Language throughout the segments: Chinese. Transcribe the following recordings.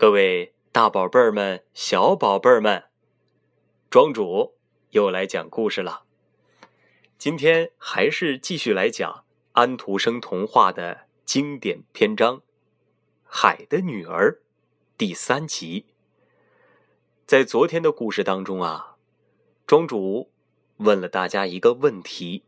各位大宝贝儿们、小宝贝儿们，庄主又来讲故事了。今天还是继续来讲安徒生童话的经典篇章《海的女儿》第3集。在昨天的故事当中啊，庄主问了大家一个问题：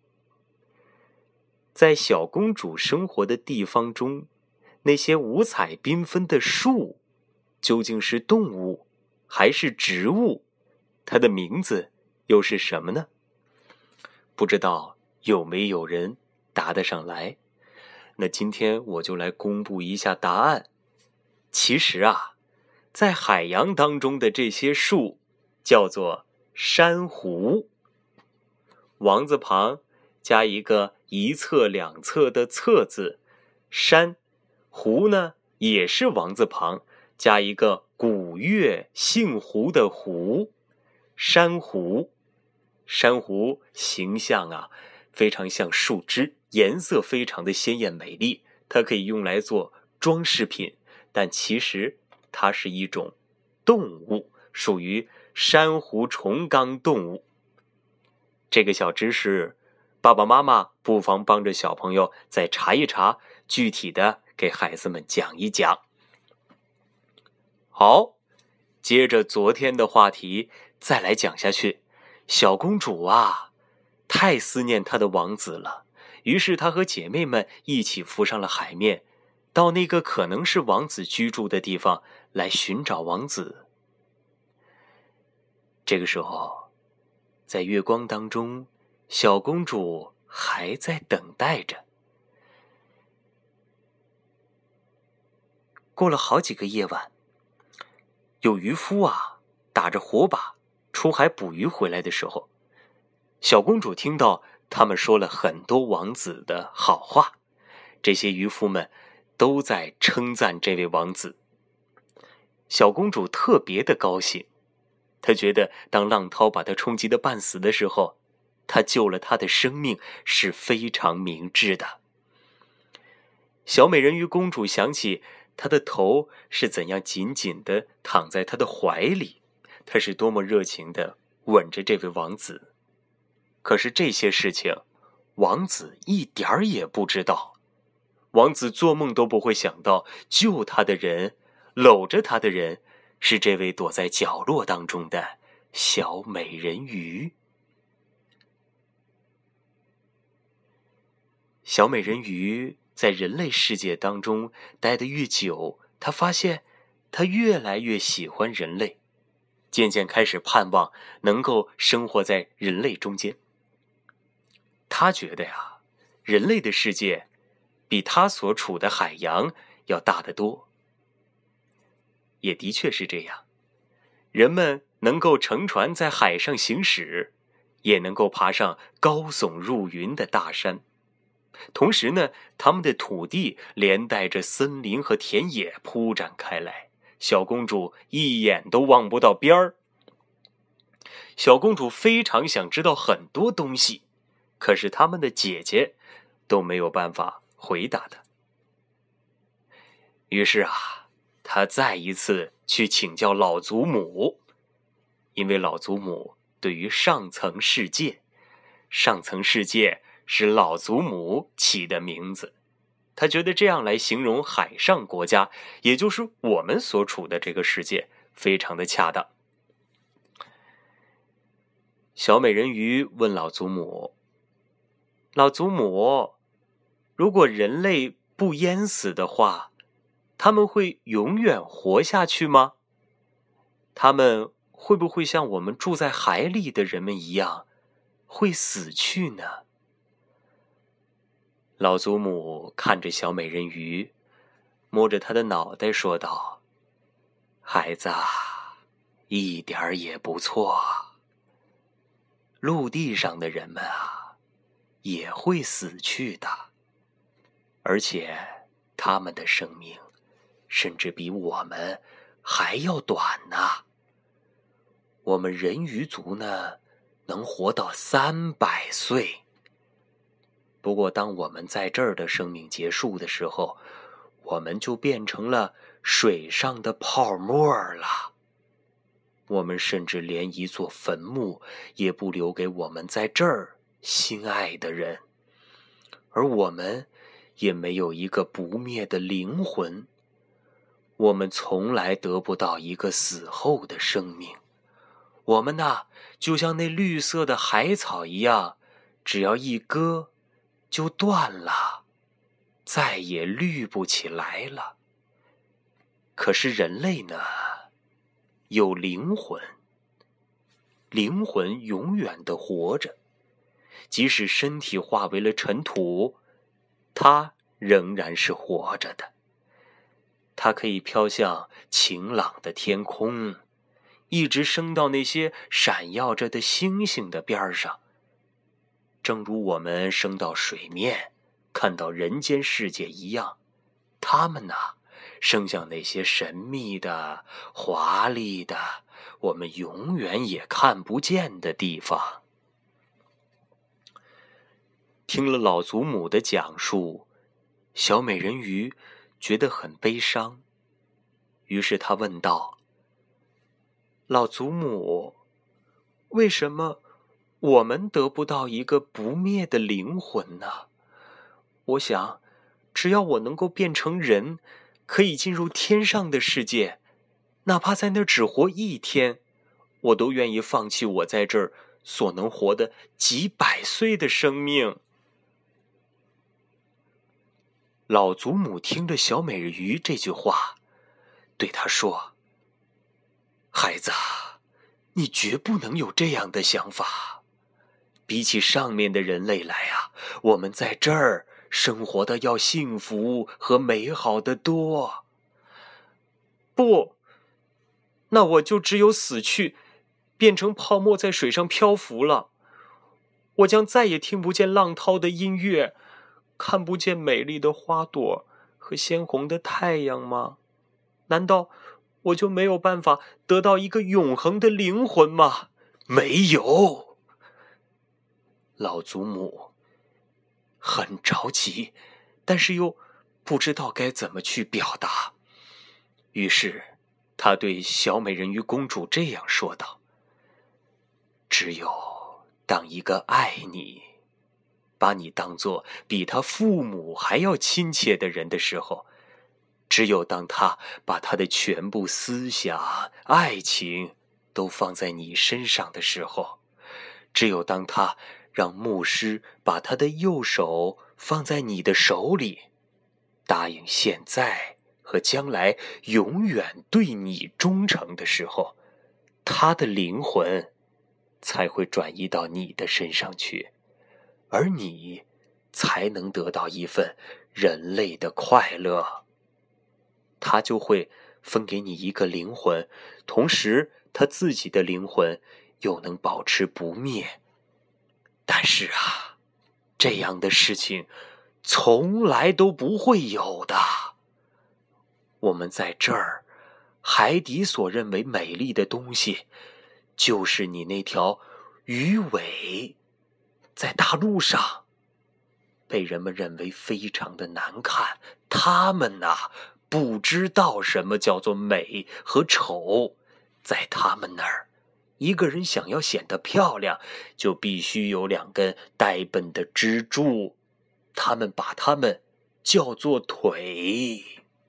在小公主生活的地方中，那些五彩缤纷的树究竟是动物还是植物？它的名字又是什么呢？不知道有没有人答得上来？那今天我就来公布一下答案。其实啊，在海洋当中的这些树叫做珊瑚，王字旁加一个一侧两侧的侧字，珊，湖呢也是王字旁加一个古月姓胡的胡，珊瑚。珊瑚形象啊非常像树枝，颜色非常的鲜艳美丽，它可以用来做装饰品，但其实它是一种动物，属于珊瑚虫纲动物。这个小知识，爸爸妈妈不妨帮着小朋友再查一查，具体的给孩子们讲一讲。好，接着昨天的话题再来讲下去。小公主啊，太思念她的王子了，于是她和姐妹们一起浮上了海面，到那个可能是王子居住的地方来寻找王子。这个时候，在月光当中，小公主还在等待着。过了好几个夜晚，有渔夫啊打着火把出海捕鱼回来的时候，小公主听到他们说了很多王子的好话，这些渔夫们都在称赞这位王子。小公主特别的高兴，她觉得当浪涛把她冲击得半死的时候，她救了她的生命是非常明智的。小美人鱼公主想起她的头是怎样紧紧地躺在她的怀里，她是多么热情地吻着这位王子。可是这些事情，王子一点儿也不知道。王子做梦都不会想到，救他的人，搂着他的人，是这位躲在角落当中的小美人鱼。小美人鱼在人类世界当中待得越久，她发现她越来越喜欢人类，渐渐开始盼望能够生活在人类中间。她觉得呀，人类的世界比她所处的海洋要大得多。也的确是这样，人们能够乘船在海上行驶，也能够爬上高耸入云的大山。同时呢，他们的土地连带着森林和田野铺展开来，小公主一眼都望不到边儿。小公主非常想知道很多东西，可是他们的姐姐都没有办法回答她。于是啊，她再一次去请教老祖母，因为老祖母对于上层世界是老祖母起的名字，他觉得这样来形容海上国家，也就是我们所处的这个世界，非常的恰当。小美人鱼问老祖母：老祖母，如果人类不淹死的话，他们会永远活下去吗？他们会不会像我们住在海里的人们一样，会死去呢？老祖母看着小美人鱼，摸着她的脑袋说道：孩子啊，一点儿也不错。陆地上的人们啊，也会死去的，而且他们的生命甚至比我们还要短呢。我们人鱼族呢，能活到300岁。不过当我们在这儿的生命结束的时候，我们就变成了水上的泡沫了。我们甚至连一座坟墓也不留给我们在这儿心爱的人，而我们也没有一个不灭的灵魂。我们从来得不到一个死后的生命。我们呐，就像那绿色的海草一样，只要一割就断了，再也绿不起来了。可是人类呢，有灵魂，灵魂永远地活着，即使身体化为了尘土，它仍然是活着的。它可以飘向晴朗的天空，一直升到那些闪耀着的星星的边上，正如我们升到水面，看到人间世界一样。它们呢，升向那些神秘的、华丽的，我们永远也看不见的地方。听了老祖母的讲述，小美人鱼觉得很悲伤，于是她问道：老祖母，为什么我们得不到一个不灭的灵魂呢？我想，只要我能够变成人，可以进入天上的世界，哪怕在那儿只活一天，我都愿意放弃我在这儿所能活的几百岁的生命。老祖母听着小美人鱼这句话，对她说：孩子，你绝不能有这样的想法。比起上面的人类来啊，我们在这儿生活的要幸福和美好得多。不，那我就只有死去，变成泡沫在水上漂浮了。我将再也听不见浪涛的音乐，看不见美丽的花朵和鲜红的太阳吗？难道我就没有办法得到一个永恒的灵魂吗？没有。老祖母很着急，但是又不知道该怎么去表达。于是她对小美人鱼公主这样说道：只有当一个爱你，把你当作比他父母还要亲切的人的时候，只有当他把他的全部思想、爱情都放在你身上的时候，只有当他让牧师把他的右手放在你的手里，答应现在和将来永远对你忠诚的时候，他的灵魂才会转移到你的身上去，而你才能得到一份人类的快乐。他就会分给你一个灵魂，同时他自己的灵魂又能保持不灭。但是啊，这样的事情从来都不会有的。我们在这儿，海底所认为美丽的东西，就是你那条鱼尾，在大陆上被人们认为非常的难看。他们呐，不知道什么叫做美和丑。在他们那儿，一个人想要显得漂亮，就必须有两根呆笨的支柱，他们把它们叫做腿。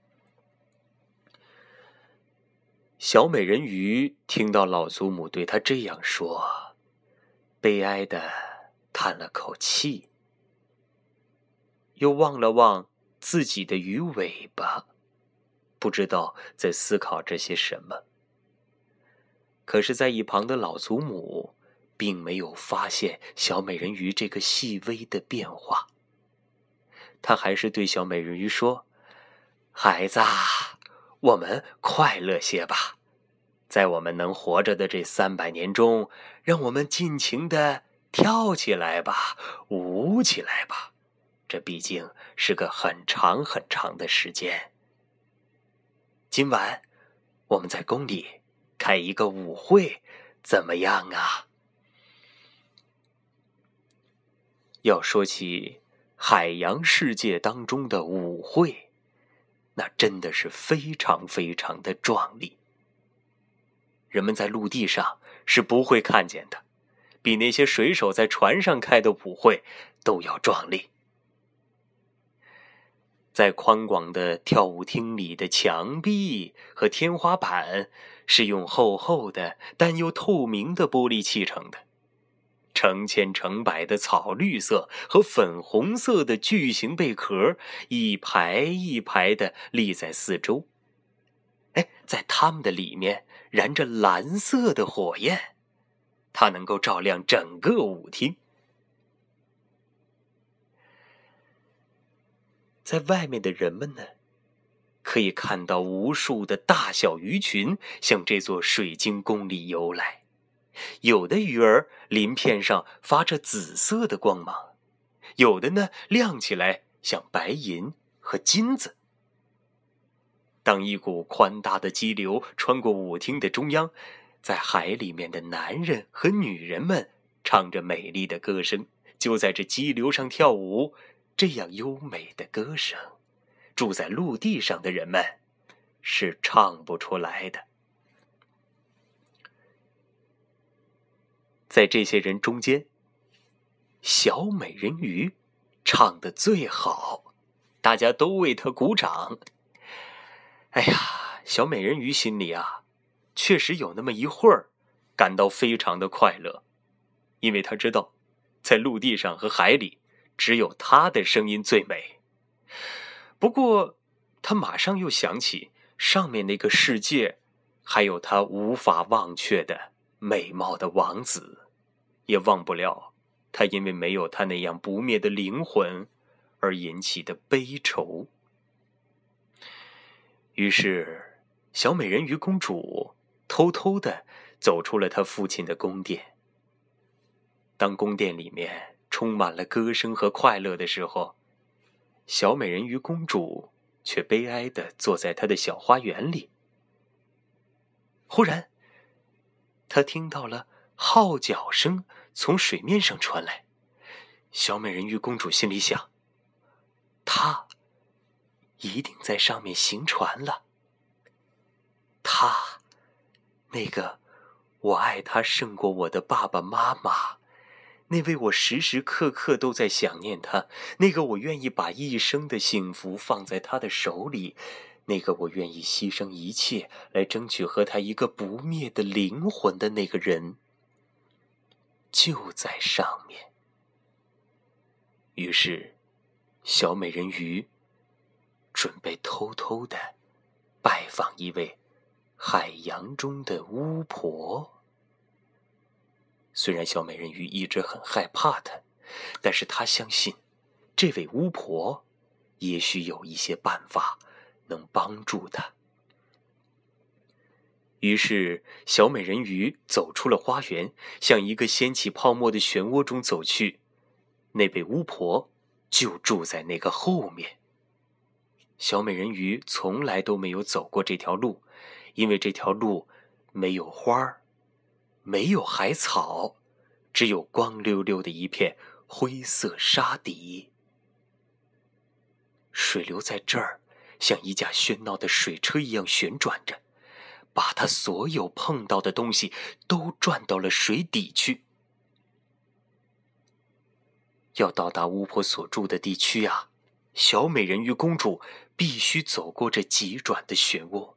小美人鱼听到老祖母对她这样说，悲哀地叹了口气，又望了望自己的鱼尾巴，不知道在思考这些什么。可是在一旁的老祖母并没有发现小美人鱼这个细微的变化，她还是对小美人鱼说：孩子，我们快乐些吧，在我们能活着的这300年中，让我们尽情地跳起来吧，舞起来吧，这毕竟是个很长很长的时间。今晚我们在宫里开一个舞会，怎么样啊？要说起海洋世界当中的舞会， 那真的是非常非常的壮丽。人们在陆地上是不会看见的，比那些水手在船上开的舞会都要壮丽。在宽广的跳舞厅里的墙壁和天花板是用厚厚的但又透明的玻璃砌成的，成千成百的草绿色和粉红色的巨型贝壳一排一排地立在四周。在它们的里面燃着蓝色的火焰，它能够照亮整个舞厅。在外面的人们呢，可以看到无数的大小鱼群向这座水晶宫里游来，有的鱼儿鳞片上发着紫色的光芒，有的呢亮起来像白银和金子。当一股宽大的激流穿过舞厅的中央，在海里面的男人和女人们唱着美丽的歌声，就在这激流上跳舞。这样优美的歌声，住在陆地上的人们是唱不出来的。在这些人中间，小美人鱼唱得最好，大家都为她鼓掌。小美人鱼心里确实有那么一会儿感到非常的快乐，因为她知道，在陆地上和海里，只有她的声音最美。不过，她马上又想起上面那个世界，还有她无法忘却的美貌的王子，也忘不了她因为没有他那样不灭的灵魂而引起的悲愁。于是，小美人鱼公主偷偷地走出了她父亲的宫殿。当宫殿里面充满了歌声和快乐的时候，小美人鱼公主却悲哀地坐在她的小花园里。忽然，她听到了号角声从水面上传来。小美人鱼公主心里想，她一定在上面行船了。她，那个我爱她胜过我的爸爸妈妈，那位我时时刻刻都在想念他，那个我愿意把一生的幸福放在他的手里，那个我愿意牺牲一切来争取和他一个不灭的灵魂的那个人，就在上面。于是，小美人鱼准备偷偷地拜访一位海洋中的巫婆。虽然小美人鱼一直很害怕她，但是她相信这位巫婆也许有一些办法能帮助她。于是小美人鱼走出了花园，向一个掀起泡沫的漩涡中走去。那位巫婆就住在那个后面。小美人鱼从来都没有走过这条路，因为这条路没有花儿，没有海草，只有光溜溜的一片灰色沙底。水流在这儿像一架喧闹的水车一样旋转着，把它所有碰到的东西都转到了水底去。要到达巫婆所住的地区小美人鱼公主必须走过这急转的漩涡。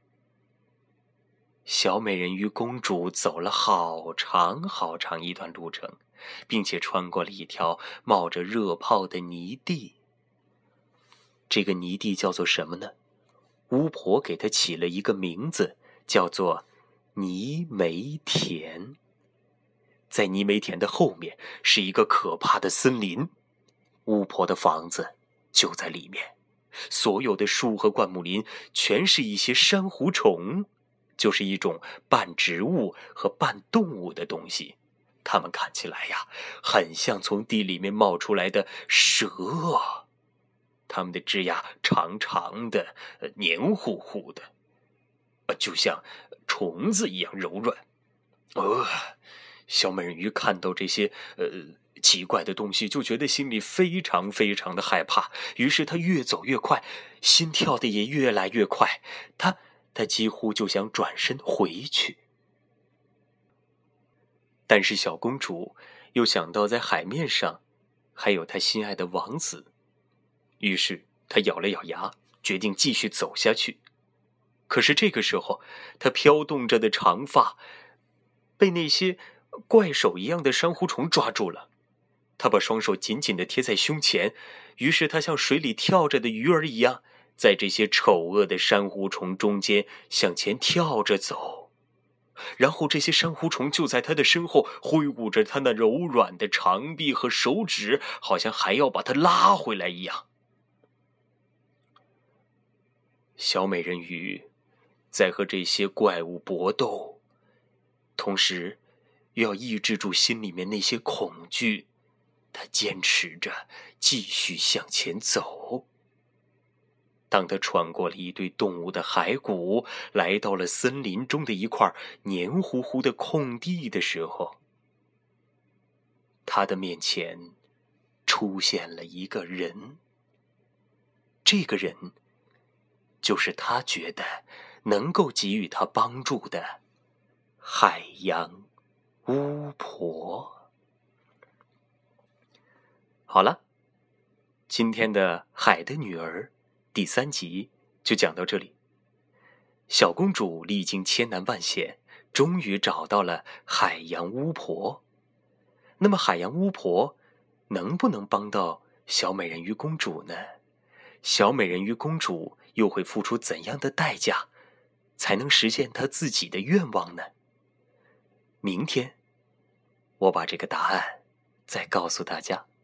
小美人鱼公主走了好长好长一段路程，并且穿过了一条冒着热泡的泥地。这个泥地叫做什么呢？巫婆给它起了一个名字，叫做泥煤田。在泥煤田的后面是一个可怕的森林，巫婆的房子就在里面。所有的树和灌木林全是一些珊瑚虫，就是一种半植物和半动物的东西。它们看起来很像从地里面冒出来的蛇。它们的枝桠长长的，黏糊糊的，就像虫子一样柔软。小美人鱼看到这些奇怪的东西，就觉得心里非常非常的害怕。于是她越走越快， 心跳的也越来越快，他几乎就想转身回去。但是小公主又想到在海面上还有她心爱的王子，于是她咬了咬牙，决定继续走下去。可是这个时候，她飘动着的长发被那些怪手一样的珊瑚虫抓住了。她把双手紧紧地贴在胸前，于是她像水里跳着的鱼儿一样，在这些丑恶的珊瑚虫中间向前跳着走。然后这些珊瑚虫就在他的身后挥舞着他那柔软的长臂和手指，好像还要把他拉回来一样。小美人鱼在和这些怪物搏斗，同时又要抑制住心里面那些恐惧，她坚持着继续向前走。当他穿过了一堆动物的骸骨，来到了森林中的一块黏糊糊的空地的时候，他的面前出现了一个人。这个人就是他觉得能够给予他帮助的海洋巫婆。好了，今天的《海的女儿》第3集就讲到这里。小公主历经千难万险，终于找到了海洋巫婆。那么海洋巫婆能不能帮到小美人鱼公主呢？小美人鱼公主又会付出怎样的代价，才能实现她自己的愿望呢？明天我把这个答案再告诉大家。